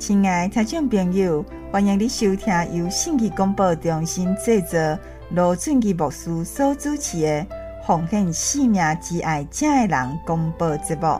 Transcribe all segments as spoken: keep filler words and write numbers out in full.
亲爱的听众朋友，欢迎你收听由信息广播中心制作、罗俊基牧师所主持的《奉献生命之爱正的人》广播节目。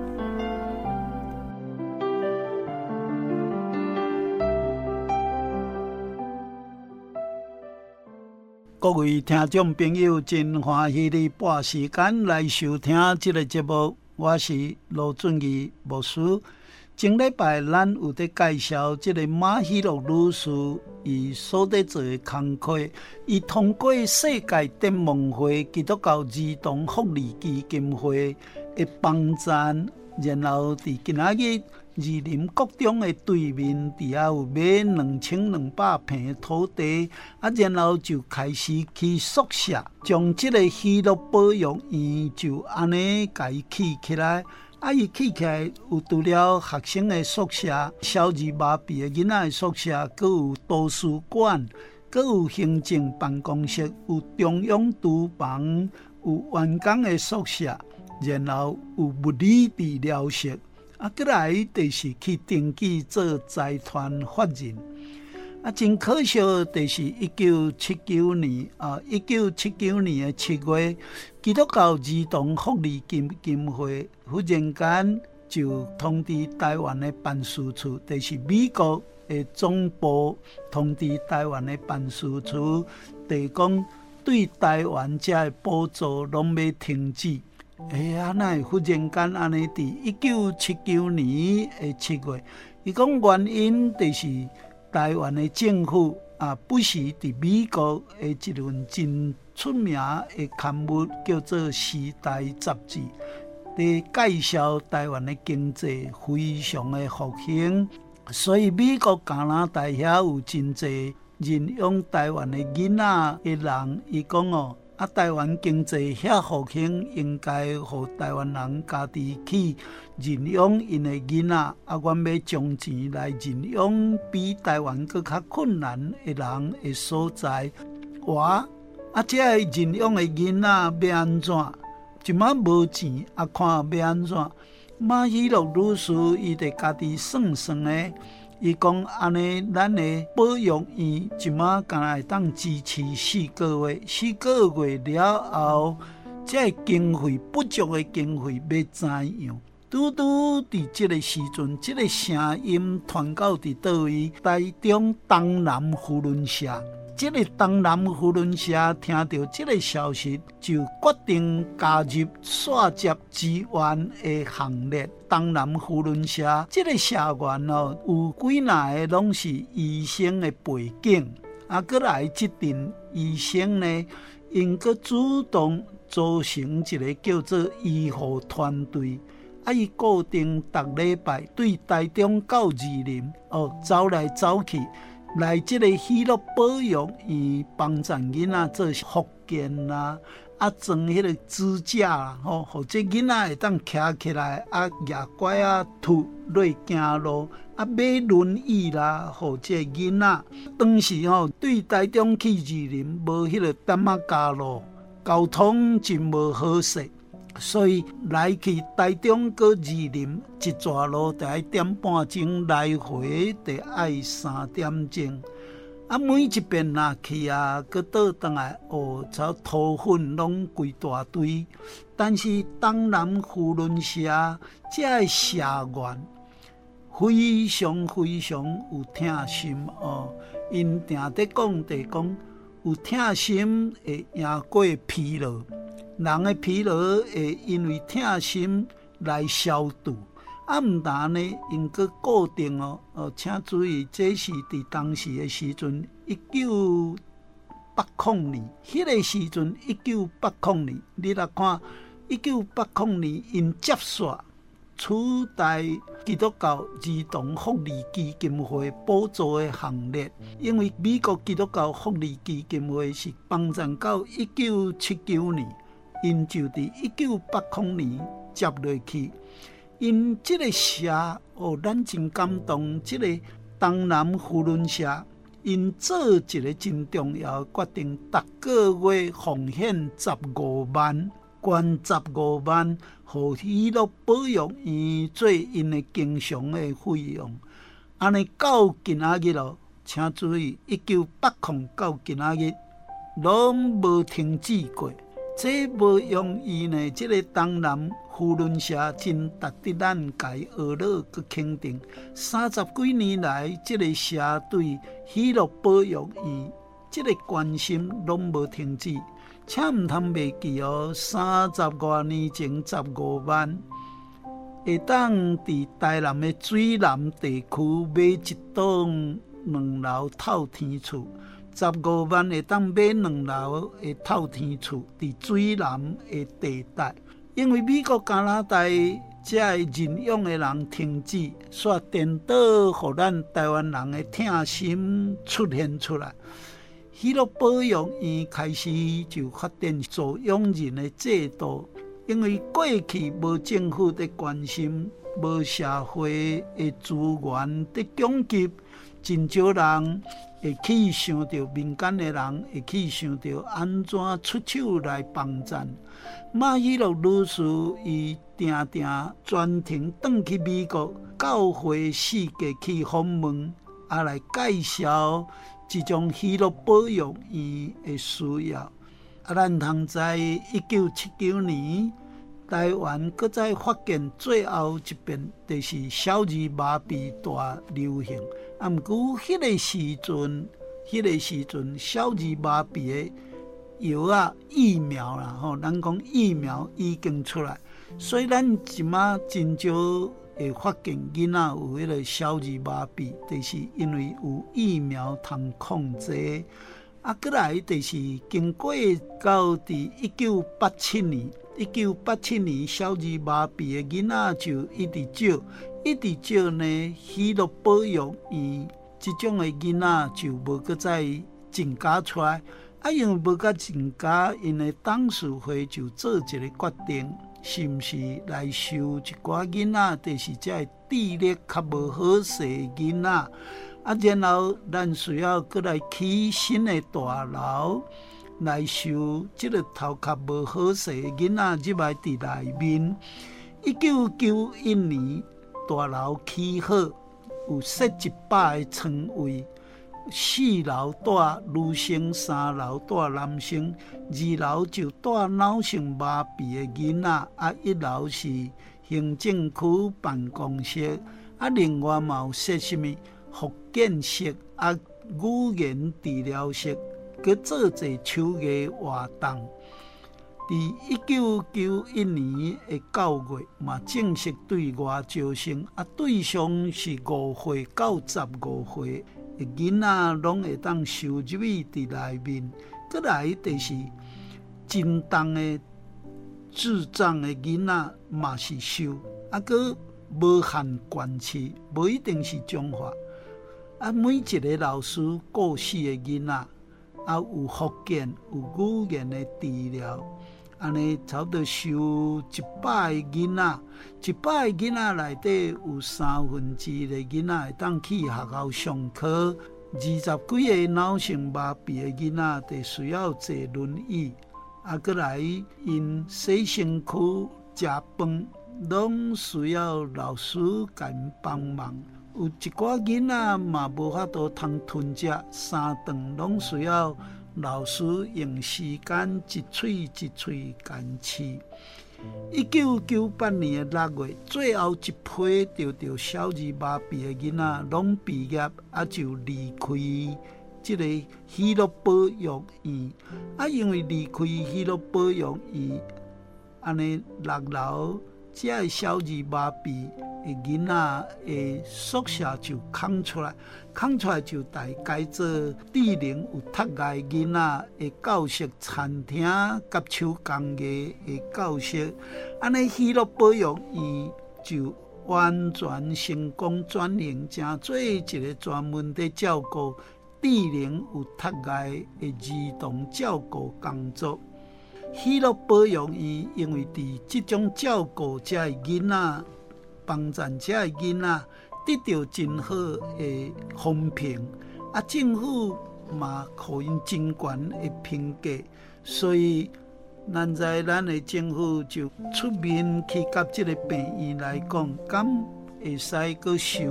各位听众朋友，真欢喜你拨时间来收听这个节目。我是罗俊基牧师。前礼拜咱有在介绍这个马希洛女士伊所在做的工作，伊通过世界展望会基督教儿童福利基金会的帮赞，然后伫今仔日二林国中的对面，伫遐有买两千两百平的土地，啊，然后就开始去宿舍，将这个希洛保育院就安尼甲伊起起来。啊，伊起起来有除了学生的宿舍、小儿麻痹的囡仔的宿舍，佮有图书馆，佮有行政办公室，有中央厨房，有员工的宿舍，然后有物理治疗室。啊，再来就是去登记做财团法人。啊，真可惜，就是一九七九年啊，一九七九年的七月，基督教儿童福利基金会忽然间就通知台湾的办事处，就是美国的总部通知台湾的办事处，就讲对台湾这的补助拢要停止。哎呀，那忽然间安尼，伫一九七九年的七月，伊讲原因就是台湾的政府啊，不时伫美国的一份真出名的刊物叫做《时代》杂志，伫介绍台湾的经济非常的复兴，所以美国加拿大遐有真侪认养台湾的囡仔的人，伊讲哦。啊，台湾经济遐复兴，应该互台湾人家己去认养因的囡仔。啊，阮要将钱来认养比台湾更较困难的人的所在。哇！啊，这认养的囡仔要安怎？即马无钱，啊，看要安怎？马希洛女士伊得家己算算呢。伊讲安尼，咱的保育院即马敢若会当支持四个月，四个月了后，这经费不足的经费要怎样？拄拄伫即个时阵，即、这个声音传到伫倒位？台中东南扶轮社。这个东南扶轮社听到这个消息，就决定加入线接支援的行列。东南扶轮社这个社员哦，有几若个拢是医生的背景，啊，过来这阵医生呢，因个主动组成一个叫做医护团队。啊，伊固定逐礼拜对台中到二林哦走来走去。来这个希洛保育院帮助囡仔做复健啦，啊装迄个支架啦，吼，或者囡仔会当徛起来，啊牙拐啊吐落行路，啊买轮椅啦，或者囡仔当时吼对台中去二林无迄个点仔加路，交通真无好势。所以来去台中搁二林一段路，得爱点半钟来回，得爱三点钟。啊，每一遍若去啊，搁倒转来，哦，操土粉拢规大堆。但是东南扶轮社这个社员非常非常有疼心哦，因定得讲地讲有疼心会赢过疲劳。人的疲劳会因为疼心来消除，啊，毋但呢，因个固定哦，哦，请注意，这是伫当时的时阵，一九八零年，迄、那个时阵一九八零年，你来看，一九八零年因接续初代基督教儿童福利基金会补助的行列，因为美国基督教福利基金会是帮助到一九七九年。因就伫一九八零年接落去，因这个社哦，咱真感动。这个东南扶轮社，因做一个真重要的决定，逐个月奉献十五万，捐十五万，互希洛保育院做因的经常的费用。 安尼到今仔日咯，请注意，一九八零到今仔日，拢无停止过。这无容易呢，这个东南扶轮社真值得咱家学乐佮肯定。三十几年来，这个社对喜乐保育与这个关心拢无停止。请唔通袂记哦，三十多年前十五万。会当伫台南的水南地区买一栋两楼透天厝，十五万会当买两楼的透天厝，伫水南的地带。因为美国、加拿大这认养的人停止，煞颠倒，互咱台湾人的痛心出现出来。喜乐保育院开始就发展助养人的制度。因为过去无政府的关心，无社会的资源的供给，真少人会去想到民间的人会去想到安怎出手来帮赞。马喜乐女士伊定定专程转去美国教会世界去访问，啊来介绍这种喜乐保育院的需要。啊，咱通在一九七九年，台湾搁再发现最后一遍，就是小儿麻痹大流行。啊，毋过迄个时阵，迄个时阵小儿麻痹的药啊、疫苗啦，吼，咱讲疫苗已经出来，所以咱即马真少会发现囡仔有迄个小儿麻痹，就是因为有疫苗通控制。啊，过来就是经过到伫一九八七年，一九八七年小儿麻痹的囡仔就一直少，一直少呢。喜乐保育院这种的囡仔就无搁再增加出来。啊，因为无搁增加，因的董事会就做一个决定，是毋是来收一寡囡仔，就是这智力较无好势的囡仔。啊，然后咱需要过来起新的大楼，来收这个头壳无好势的囡仔入来伫内面。一九九一年大楼起好，有设一百个床位，四楼带女生，三楼带男生，二楼就带脑性麻痹的囡仔，啊，一楼是行政区办公室，啊，另外嘛有设什么？复健室啊，语言治疗室，佮做者手艺活动。伫一九九一年的九月，嘛正式对外招生，啊，对象是五岁到十五岁的囡仔，拢会当收入去伫内面。佮来就是真重的智障的囡仔嘛是收，啊，佮无限关系，无一定是中华。啊，每一个老师顾四个囡仔，啊有福建有语言的治疗，安尼差不多收一百个囡仔，一百个囡仔内底有三分之一的囡仔会当去学校上课，二十几个脑性麻痹的囡仔就需要坐轮椅，啊，过来因洗身躯、食饭，拢需要老师甲因帮忙。有一寡囡仔嘛无法度通吞食，三顿拢需要老师用时间一喙一喙干饲。一九九八年的六月，最后一批得到小儿麻痹的囡仔拢毕业，啊就离开这个喜乐保育院。啊，因为离开喜乐保育院，安尼六楼这个小儿麻痹的囡仔的宿舍就空出来，空出来就大改做智能有读业囡仔的教室、餐厅、甲手工艺的教室。安尼喜乐保育院就完全成功转型，成做一个专门在照顾智能有读业的儿童照顾工作。喜乐保育院因为伫这种照顾这个囡仔，帮助这个囡仔得到真好的风评，啊，政府嘛给因真悬的评价，所以咱在咱的政府就出面去甲这个病院来讲，敢会使阁收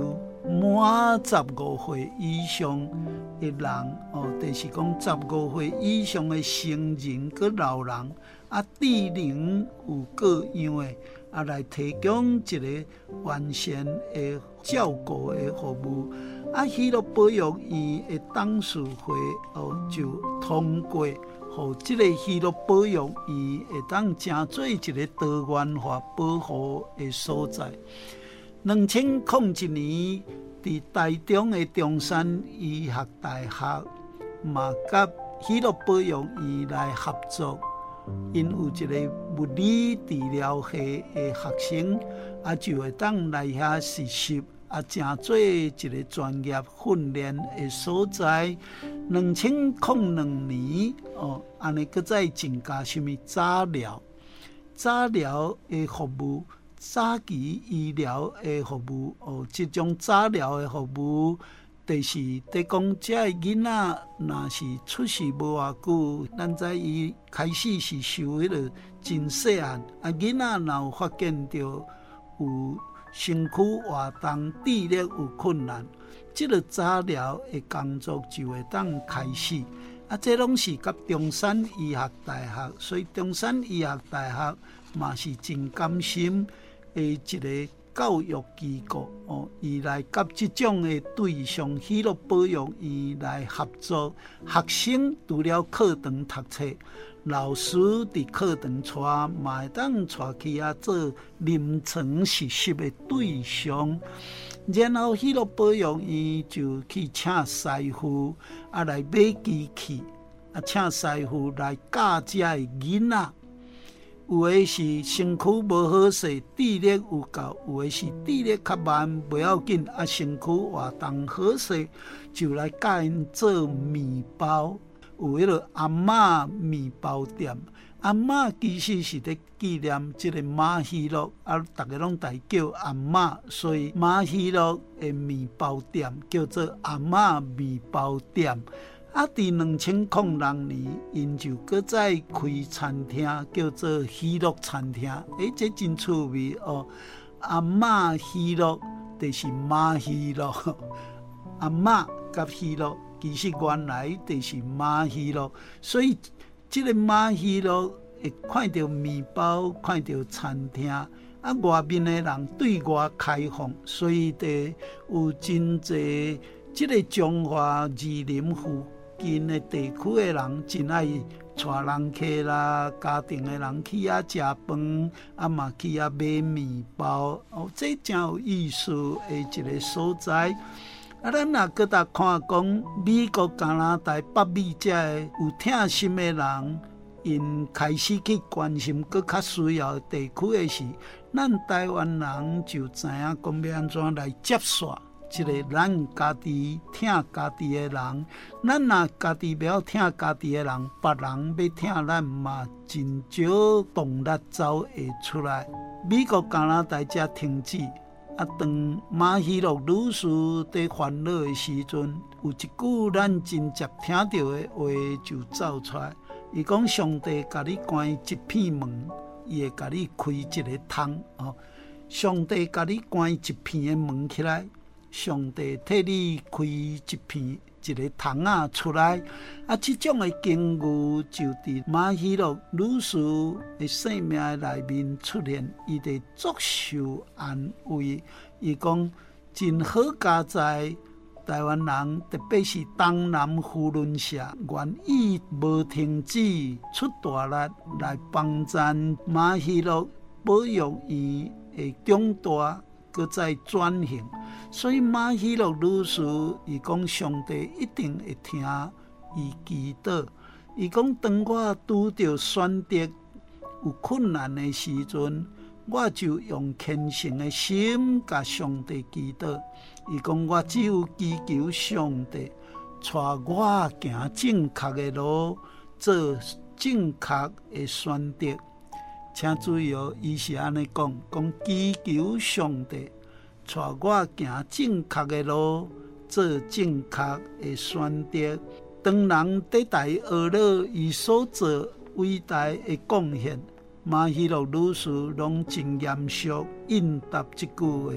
满十五岁以上的人哦，就是讲十五岁以上的成人佮老人啊，智能有各样的啊，来提供一个完善的照顾的服务。啊，喜乐保育院的董事会哦就通过，互这个喜乐保育院会当成做一个多元化保护的所在。两千零一年，伫台中的中山医学大学嘛，甲喜乐保育院来合作，因有一个物理治疗系的学生，啊就会当来遐实习。啊，正做一个专业训练的所在。两千零两年哦，安尼搁再增加什么早疗、早疗的服务、早期医疗的服务哦，这种早疗的服务，就是伫讲这个囡仔若是出世无偌久，咱知伊开始是受迄个真细汉，啊囡仔若有发现到有身躯活动、智力有困难，这个早疗的工作就会当开始。啊，这拢是甲中山医学大学，所以中山医学大学嘛是真甘心的一个教育机构哦，伊来甲这种的对象喜乐保育院来合作，学生除了课堂读册。老师伫课堂带，嘛会当带去啊做临床实习的对象。然后喜乐保育院就去请师傅啊来买机器，啊请师傅来教这个囡仔。有的是身躯无好势，智力有够；有的是智力较慢，不要紧，啊身躯活动好势，就来教因做面包。有迄个阿嬷面包店，阿嬷其实是伫纪念即个马希乐，啊，大家拢代叫阿嬷，所以马希乐的面包店叫做阿嬷面包店。啊，伫两千零六年，因就搁再开餐厅，叫做喜乐餐厅。诶，这真趣味哦！阿嬷喜乐就是马希乐，阿嬷甲喜乐。其实原来就是马希乐，所以这个马希乐会看到面包，看到餐厅，啊，外面的人对外开放，所以得有真侪这个中华宜林附近的地区的人，真爱带人客啦，家庭的人去遐食饭，啊嘛去遐买面包，哦，这真有意思的一个所在。啊，咱若搁搭看讲美国、加拿大、北美这个有疼心的人，因开始去关心搁较需要地区的事，咱台湾人就知影讲要安怎来接煞这个咱家己疼家己的人。咱若家己不要疼家己的人，别人要疼咱嘛，真少动力走会出来。美国、加拿大才停止。啊，当马希乐女士在烦恼的时阵，有一句咱真常听到的话就走出来。伊讲上帝甲你关一片门，伊会甲你开一个窗哦。上帝甲你关一片的门起来，上帝替你开一片一个窗啊出来。啊，这种的经语就伫马希乐女士的生命内面出现，伊得足受安慰。伊讲真好佳在台湾人，特别是东南扶轮社，愿意无停止出大力来帮赞马希乐保育院的长大，搁再转型。所以马希乐女士伊讲，上帝一定会听伊祈祷。伊讲，当我拄着选择有困难的时阵，我就用虔诚的心甲上帝祈祷。伊讲，我只有祈求上帝带我行正确的路，做正确的选择。请注意哦，伊是安尼讲，讲祈求上帝带我行正确的路，做正确的选择。当人在台学了伊所做伟大的贡献，马希乐女士拢真严肃应答这句话。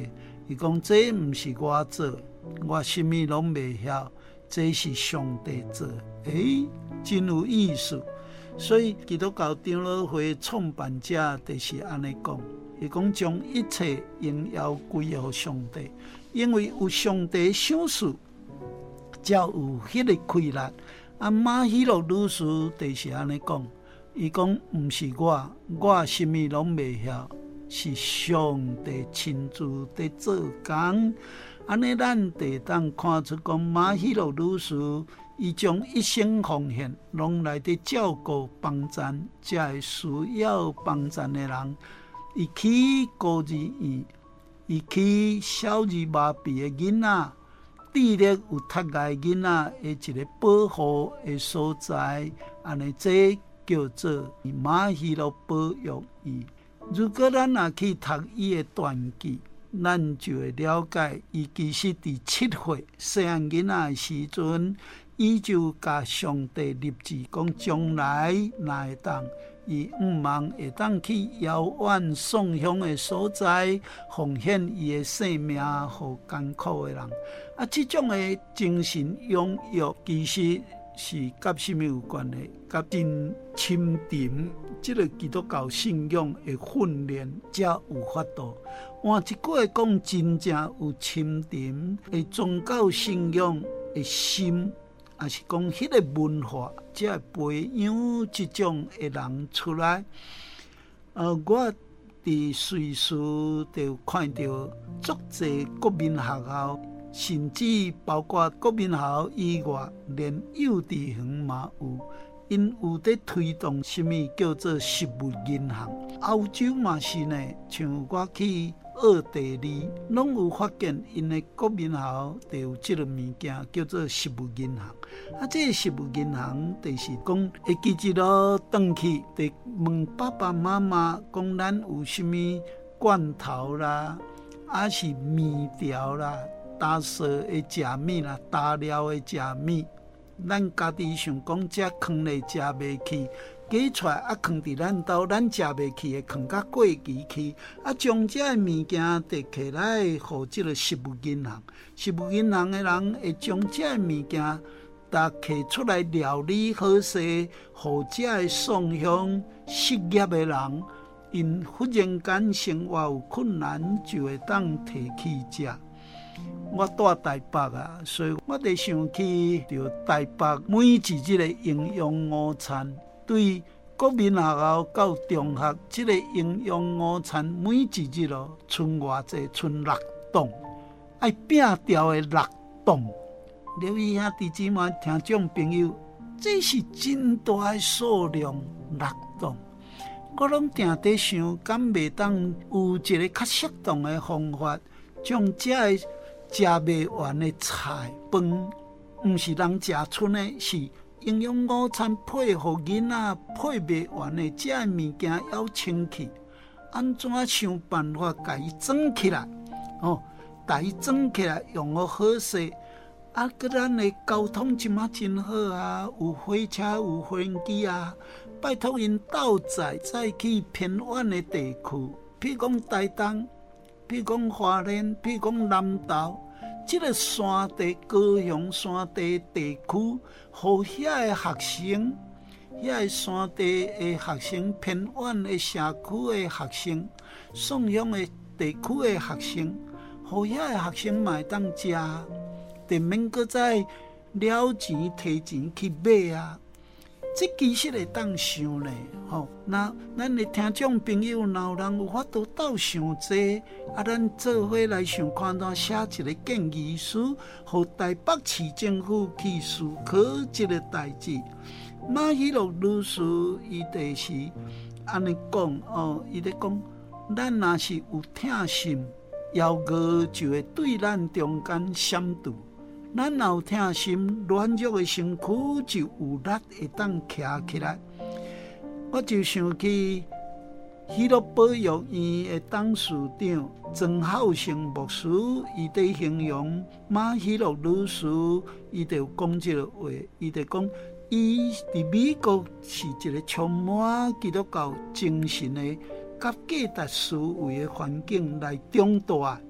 伊讲这毋是我做，我什么拢袂晓，这是上帝做。诶，真有意思。所以基督教长老会创办者就是安尼讲，伊讲将一切荣耀归予上帝，因为有上帝赏赐，才有迄个气力。啊，马希洛女士就是安尼讲，伊讲毋是我，我什么拢袂晓，是上帝亲自在做工。安尼咱得当看出讲马希洛女士，伊将一生奉献，拢来伫照顾帮赞，才会需要帮赞的人。伊去孤儿院，伊去小儿麻痹的囡仔，智力有读碍的囡仔的一个保护的所在，安尼这叫做马希洛保育院。如果咱也去读伊的传记，咱就会了解，伊其实伫七岁细汉囡仔的时阵，伊就甲上帝立志，讲将来若会当，伊毋茫会当去遥远送乡的所在，奉献伊的性命予艰苦的人。啊，这种的精神永跃，其实是甲什么有关的？甲真深沉，这个基督教信仰的训练才有法度。换一句话讲，真正有深沉的宗教信仰的心，也是讲迄个文化，才会培养这种的人出来。呃，我伫瑞士就看到足侪国民学校。甚至包括国民学校以外，连幼稚园嘛有，因有在推动什么叫做食物银行。欧洲嘛是呢，像我去奥地利，拢有发现因的国民学校就有这个物件叫做食物银行。啊，这个食物银行就是讲会记一路转去，就问爸爸妈妈讲咱有什么罐头啦，还是面条啦。打碎的食物啦，打料的食物，咱家己想讲这放咧食袂起，寄出来啊放伫咱兜，咱食袂起的放到过期去，啊将这物件摕起来，互这个食物银行，食物银行的人会将这物件搭起出来料理好势，互这个送乡失业的人，因忽然间生活有困难，就会当摕去食。我住台北啊，所以我就想起着台北每一日的营养午餐，对国民学校到中学，这个营养午餐每一日哦，剩偌济，剩六顿，爱拼掉的六顿。留意兄弟姊妹、听众朋友，这是真大的数量，六顿。我拢定在想，敢袂当有一个较适当的方法，将这个食袂完的菜饭，毋是人食剩的，是营养午餐配互囡仔配袂完的这物件要清气，安怎想办法甲伊装起来？哦，甲伊装起来用个好势。啊，佮咱的交通即马真好啊，有火车有飞机啊，拜托因斗载再去偏远的地区，譬如讲台东。譬如讲花莲，譬如讲南投，这个山地、高雄山地地区，互遐个学生，遐个山地的学生、偏远的社区的学生、送乡的地区的学生，互遐个学生嘛会当食，就免搁再了钱摕钱去买啊。这其实会当想呢，吼，那咱的听众朋友，若有人有法度斗想这，啊，咱做伙来想看怎写一个建议书，互台北市政府去思考这个代志。马希洛女士伊就是安尼讲哦，伊咧讲，咱若是有疼心，妖恶就会对咱中间闪躲。咱若有疼心，软弱的身躯就有力会当徛起来。我就想起希洛保育院的董事长曾浩成牧师，伊在形容马希洛女士，伊就讲这个话，伊就讲，伊伫美国是一个充满基督教精神的、甲价值思维的环境来长大。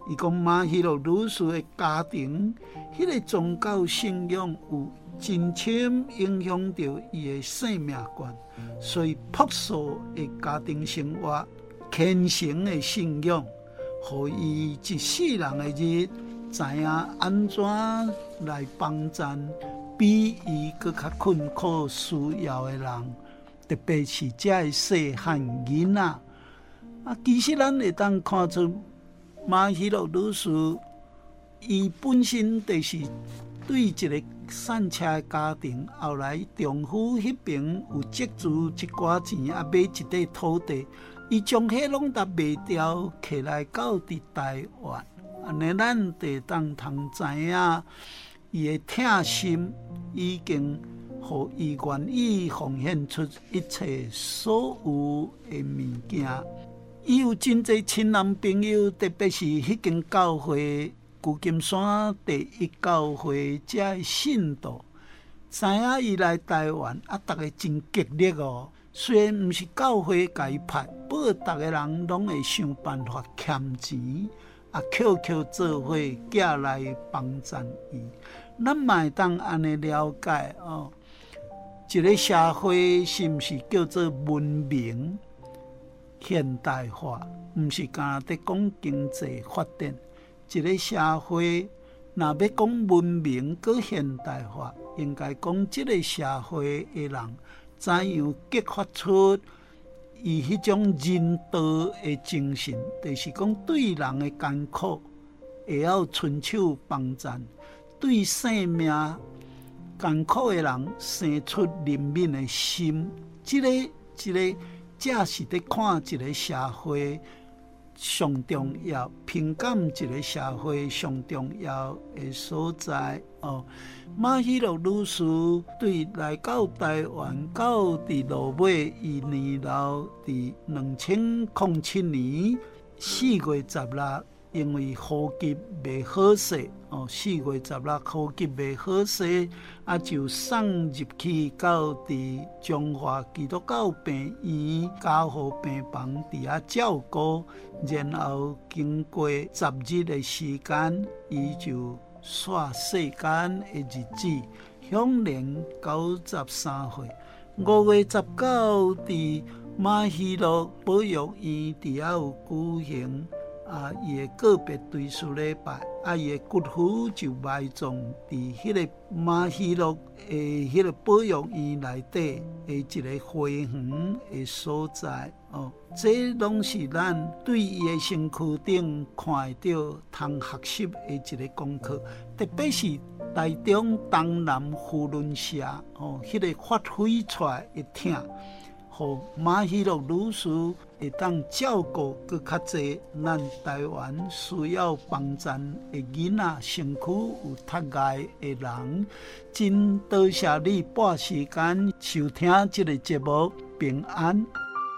伊讲马希洛女士的家庭，迄、那个宗教信仰有真深影响到伊的生命观，所以朴素的家庭生活、虔诚的信仰，互伊一世人的日知影安怎来帮赞比伊搁较困苦需要的人，特别是这个细汉囡仔。啊，其实咱会当看出。马希洛女士，伊本身就是对一个散车的家庭，后来丈夫迄边有积蓄一寡钱，啊买一块土地，伊将迄拢搭卖掉，起来到伫台湾。安尼咱得当通知影，伊的疼心已经，互伊愿意奉献出一切所有的物件。伊有真侪亲男朋友，特别是迄间教会旧金山第一教会这的信徒，知影伊来台湾啊，逐个真激烈哦。虽然毋是教会甲伊派，不过逐个人拢会想办法欠钱啊，扣扣做伙寄来帮赞伊。咱嘛会当安尼了解哦，一个社会是毋是叫做文明？现代化毋是干在讲经济发展，一个社会若要讲文明佮现代化，应该讲即个社会的人怎样激发出伊迄种人道的精神，就是讲对人的艰苦会晓伸手帮赞，对生命艰苦的人生出怜悯的心。即、这个一个。这是在看一个社会上重要，评价一个社会上重要的所在哦。马希洛女士对来到台湾，到伫落尾一年后，伫两千零七年四月十六，因为户籍未好势哦，四月十六户籍未好势，啊就送入去到伫中华基督教病院加护病房伫遐照顾，然后经过十日的时间，伊就煞世间的日子，享年九十三岁。五月十九伫马希洛保育院伫遐有举行。啊，伊的个别追思礼拜，啊，伊的骨灰就埋葬伫迄个马希洛诶，迄个保育院内底的一个花园的所在哦。这拢是咱对伊的身躯顶看到通学习的一个功课，特别是台中东南扶轮社哦，迄、那个发挥出来的疼。互马希洛女士会当照顾更较侪咱台湾需要帮赞的囡仔，身躯有脱癌的人，真多谢你拨时间收听这个节目，平安。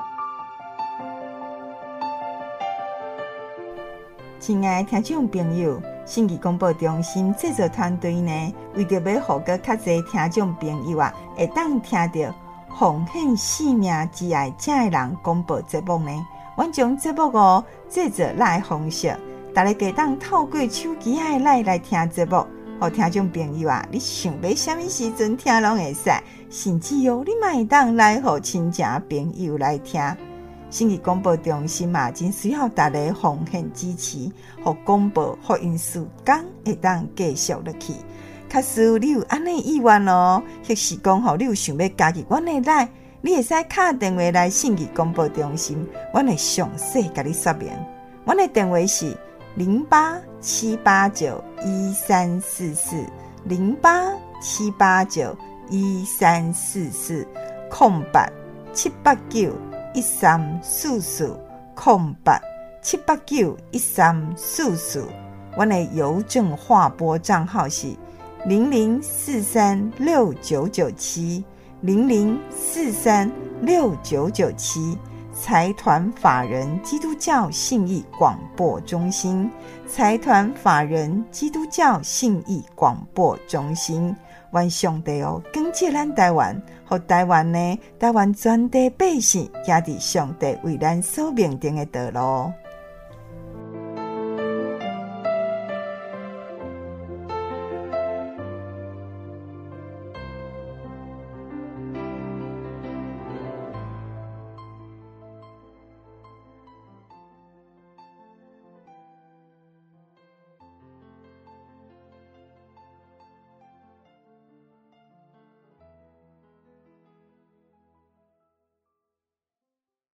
亲爱的听众朋友，信义广播中心制作团队呢，为着要互个较侪听众朋友啊，会当听到。奉献生命之爱这的人广播节目呢，阮将节目哦制作来方式，大家可当透过手机的来来听节目。互听众朋友啊，你想要什么时阵听拢会使，甚至哦，你嘛会当来互亲戚朋友来听。信义广播中心嘛，真需要大家奉献支持，互广播福音事工会当继续落去。假使你有安尼意愿哦，或是讲吼，你有想要加入阮的来，你会使打电话来信义广播中心，阮会详细甲你说明。阮的电话是零八七八九一三四四零八七八九一三四四空八七八九一三四四空八七八九一三四四。阮的邮政划拨账号是。零零四三六九九七零零四三六九九七，财团法人基督教信义广播中心，财团法人基督教信义广播中心。愿上帝哦，感谢咱台湾，和台湾呢，台湾全体百姓行伫上帝为咱所命定的道路。